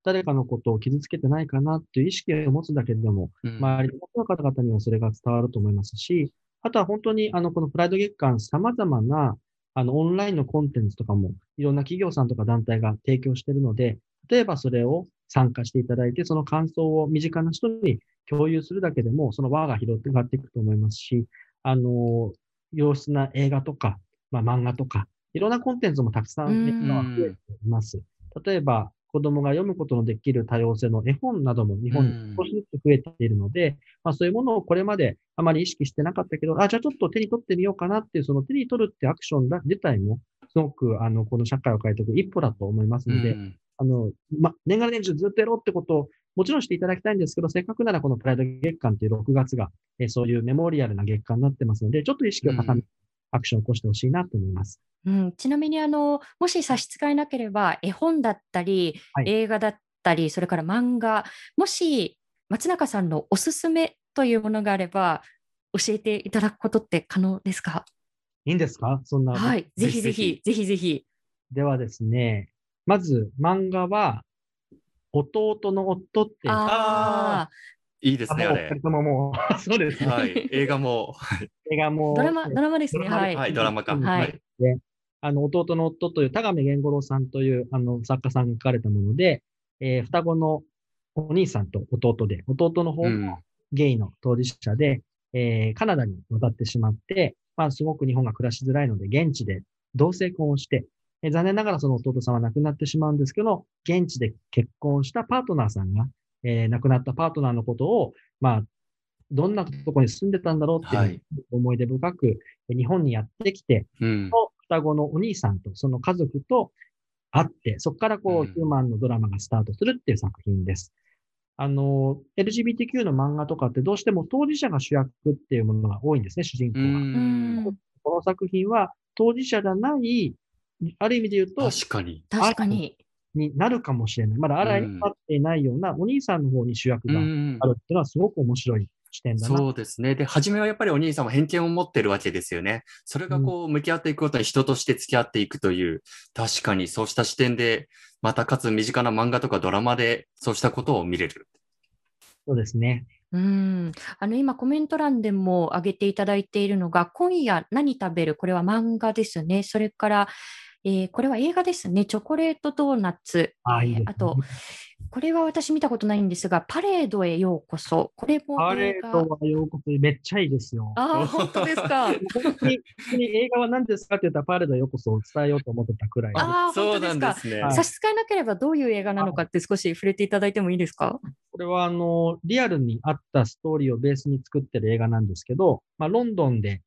誰かのことを傷つけてないかなっていう意識を持つだけでも、周りの方々にはそれが伝わると思いますし、あとは本当にこのプライド月間様々なオンラインのコンテンツとかもいろんな企業さんとか団体が提供しているので、例えばそれを参加していただいて、その感想を身近な人に共有するだけでも、その輪が広がっていくと思いますし、良質な映画とか、漫画とか、いろんなコンテンツもたくさん今は増えています。例えば、子供が読むことのできる多様性の絵本なども日本に少しずつ増えているので、そういうものをこれまであまり意識してなかったけど、じゃあちょっと手に取ってみようかなっていう、その手に取るってアクション自体も、すごくこの社会を変えていく一歩だと思いますので、年がら年中ずっとやろうってことをもちろんしていただきたいんですけど、せっかくならこのプライド月間っていう6月が、そういうメモリアルな月間になってますので、ちょっと意識を高めてアクションを起こしてほしいなと思います。
ちなみにもし差し支えなければ、絵本だったり、映画だったり、それから漫画、もし松中さんのおすすめというものがあれば、教えていただくことって可能ですか？
いいんですか？そんな。
はい、ぜひぜひ。
ではですね、まず漫画は、弟の夫って。
いいですね、あれ。
もうそうですね。
はい、映画も。
ドラマですね。
はい、ドラマか。
はい。
弟の夫という田亀源五郎さんという作家さんが書かれたもので、双子のお兄さんと弟で、弟の方もゲイの当事者で、カナダに渡ってしまって、すごく日本が暮らしづらいので、現地で同性婚をして、残念ながらその弟さんは亡くなってしまうんですけど、現地で結婚したパートナーさんが、亡くなったパートナーのことを、どんなところに住んでたんだろうっていう思い出深く、日本にやってきて、双子のお兄さんとその家族と会って、そこからヒューマンのドラマがスタートするっていう作品です。LGBTQ の漫画とかってどうしても当事者が主役っていうものが多いんですね、主人公は。この作品は当事者じゃない、ある意味で言うと、
確か
に。
になるかもしれない。まだあらになっていないようなお兄さんの方に主役があるっていうのはすごく面白い視点だな。
そうですね。で、初めはやっぱりお兄さんも偏見を持ってるわけですよね。それが向き合っていくことに人として付き合っていくという、確かにそうした視点で、またかつ身近な漫画とかドラマでそうしたことを見れる。
そうですね。
今コメント欄でも挙げていただいているのが、今夜何食べる？これは漫画ですね。それから、これは映画ですね。チョコレートドーナツ。あと、これは私見たことないんですが、パレードへようこそ。これも
パレードへようこそ、めっちゃいいですよ。
本当ですか。
本当に映画は何ですかって言ったら、パレードへようこそを伝えようと思ってたくらい。
そうなんですね。
差し支えなければどういう映画なのかって少し触れていただいてもいいですか？
これはリアルにあったストーリーをベースに作ってる映画なんですけど、ロンドンで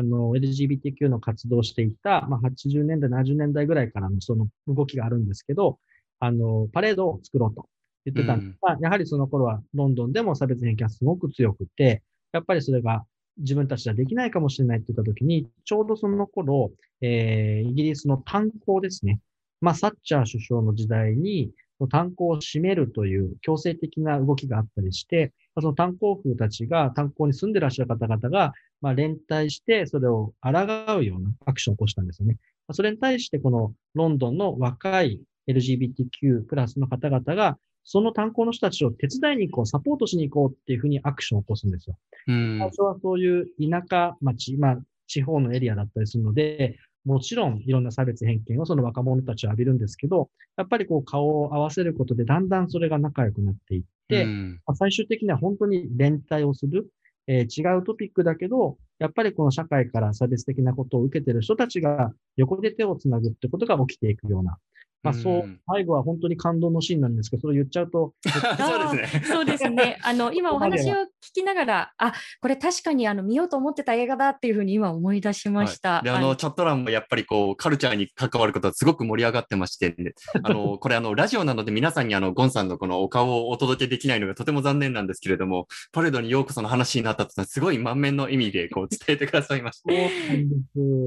LGBTQ の活動をしていた、80年代、70年代ぐらいからのその動きがあるんですけど、パレードを作ろうと言ってたんですが、やはりその頃はロンドンでも差別偏見がすごく強くて、やっぱりそれが自分たちじゃできないかもしれないって言った時に、ちょうどその頃、イギリスの炭鉱ですね。サッチャー首相の時代に、炭鉱を閉めるという強制的な動きがあったりして、その炭鉱夫たちが炭鉱に住んでらっしゃる方々が、連帯してそれを抗うようなアクションを起こしたんですよね。それに対してこのロンドンの若い LGBTQ プラスの方々が、その炭鉱の人たちを手伝いに行こう、サポートしに行こうっていうふうにアクションを起こすんですよ。最初はそういう田舎町、地方のエリアだったりするので、もちろんいろんな差別偏見をその若者たちは浴びるんですけど、やっぱり顔を合わせることでだんだんそれが仲良くなっていって、最終的には本当に連帯をする、違うトピックだけど、やっぱりこの社会から差別的なことを受けている人たちが横で手をつなぐってことが起きていくような、最後は本当に感動のシーンなんですけど、それを言っちゃうと。
そうですね。今お話を聞きながら、これ確かに見ようと思ってた映画だっていうふうに今思い出しました。
で、チャット欄もやっぱりカルチャーに関わることはすごく盛り上がってまして、これラジオなので皆さんにゴンさんのこのお顔をお届けできないのがとても残念なんですけれども、パレードにようこその話になったとすごい満面の意味で伝えてくださいました。
そうなんです。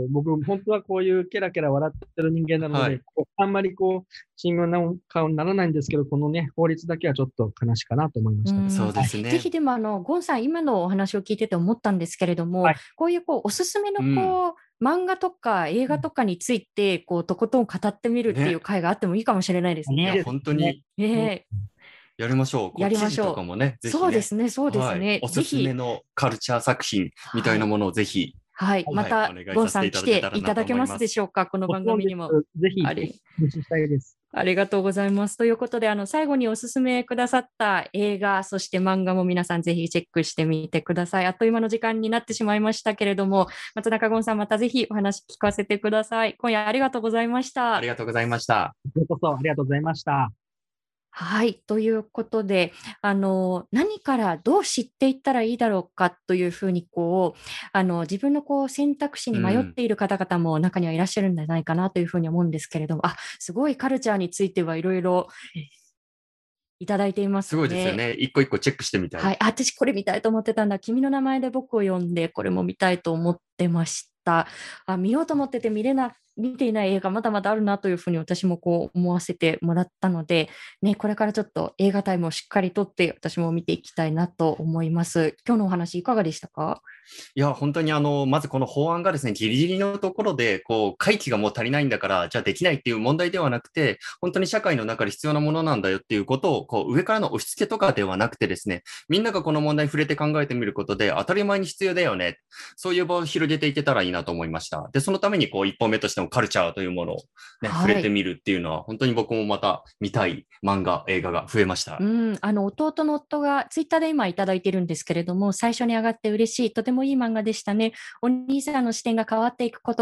僕、本当はこういうケラケラ笑ってる人間なので、あんまり神妙な顔にならないんですけど、このね、法律だけはちょっと悲しいかなと思いました。
そうですね。
ぜひでもゴンさん、今のお話を聞いてて思ったんですけれども、こういうおすすめの漫画とか映画とかについてこうとことん語ってみるっていう回があってもいいかもしれないです
い
ね。
や本当にやりましょう。こう
やりましょう
記事とかもね、ぜひね。
そうですね、そうです
はい
ね。
おすすめのカルチャー作品みたいなものをぜひ、
はい、また、
お願いさせて
ゴンさん来て
いただけたらなと思います
いただけますでしょうか、この番組にも。
ぜひ、
あり
お話ししたいです。
ありがとうございます。ということで、最後にお勧めくださった映画、そして漫画も皆さんぜひチェックしてみてください。あっという間の時間になってしまいましたけれども、松中ゴンさん、またぜひお話聞かせてください。今夜ありがとうございました。
ありがとうございました。
こちらこそありがとうございました。
はい。ということで、何からどう知っていったらいいだろうかというふうに、自分の選択肢に迷っている方々も中にはいらっしゃるんじゃないかなというふうに思うんですけれども、すごいカルチャーについてはいろいろいただいていますね。
すごいですよね。一個一個チェックしてみたい。
はい。私これ見たいと思ってたんだ。君の名前で僕を呼んで、これも見たいと思ってました。見ようと思ってて見ていない映画まだまだあるなというふうに私も思わせてもらったので、ね、これからちょっと映画タイムをしっかりとって私も見ていきたいなと思います。今日のお話いかがでしたか？
いや、本当にまずこの法案がですね、ギリギリのところで、会期がもう足りないんだから、じゃあできないっていう問題ではなくて、本当に社会の中で必要なものなんだよっていうことを、上からの押し付けとかではなくてですね、みんながこの問題に触れて考えてみることで、当たり前に必要だよね。そういう場を広げていけたらいいなと思いました。で、そのために一本目としてのカルチャーというものをね、触れてみるっていうのは、本当に僕もまた見たい漫画、映画が増えました。
弟の夫がツイッターで今いただいてるんですけれども、最初に上がって嬉しい、とてもいい漫画でしたね。お兄さんの視点が変わっていくこと、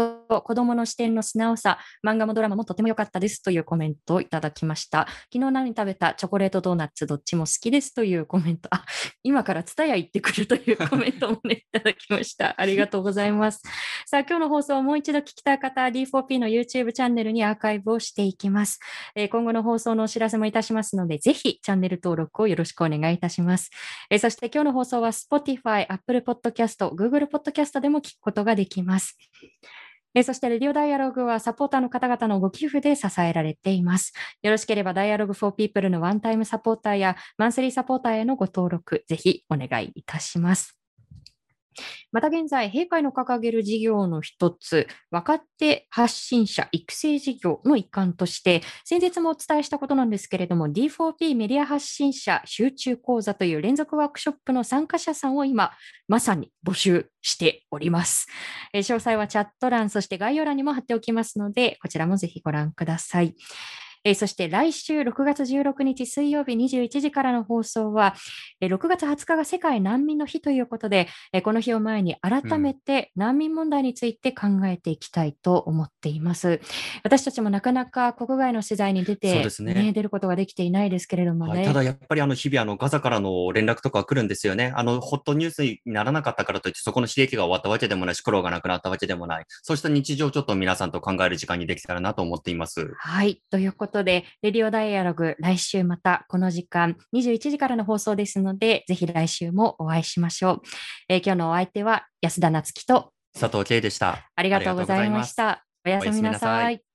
子供の視点の素直さ、漫画もドラマもとても良かったですというコメントをいただきました。昨日何食べた？チョコレートドーナツどっちも好きですというコメント。今からツタヤ行ってくるというコメントもね、いただきました。ありがとうございます。さあ、今日の放送をもう一度聞きたい方は D4P の YouTube チャンネルにアーカイブをしていきます。今後の放送のお知らせもいたしますので、ぜひチャンネル登録をよろしくお願いいたします。そして今日の放送は Spotify、Apple Podcast、Google Podcast でも聞くことができます。そしてレディオダイアログはサポーターの方々のご寄付で支えられています。よろしければダイアログ for People のワンタイムサポーターやマンスリーサポーターへのご登録、ぜひお願いいたします。また現在、閉会の掲げる事業の一つ、若手発信者育成事業の一環として、先日もお伝えしたことなんですけれども、D4P メディア発信者集中講座という連続ワークショップの参加者さんを今、まさに募集しております。詳細はチャット欄、そして概要欄にも貼っておきますので、こちらもぜひご覧ください。そして来週6月16日水曜日21時からの放送は、6月20日が世界難民の日ということで、この日を前に改めて難民問題について考えていきたいと思っています。私たちもなかなか国外の取材に出て、出ることができていないですけれどもね。
ただやっぱり日々ガザからの連絡とか来るんですよね。ホットニュースにならなかったからといってそこの悲劇が終わったわけでもないし、苦労がなくなったわけでもない。そうした日常をちょっと皆さんと考える時間にできたらなと思っています。
はい。ということで、レディオダイアログ、来週またこの時間、21時からの放送ですので、ぜひ来週もお会いしましょう。今日のお相手は安田なつきと
佐藤圭でした。
ありがとうございました。おやすみなさい。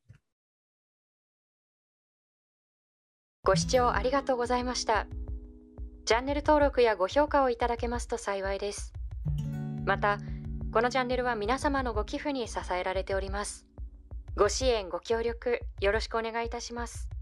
ご視聴ありがとうございました。チャンネル登録やご評価をいただけますと幸いです。また、このチャンネルは皆様のご寄付に支えられております。ご支援、ご協力、よろしくお願いいたします。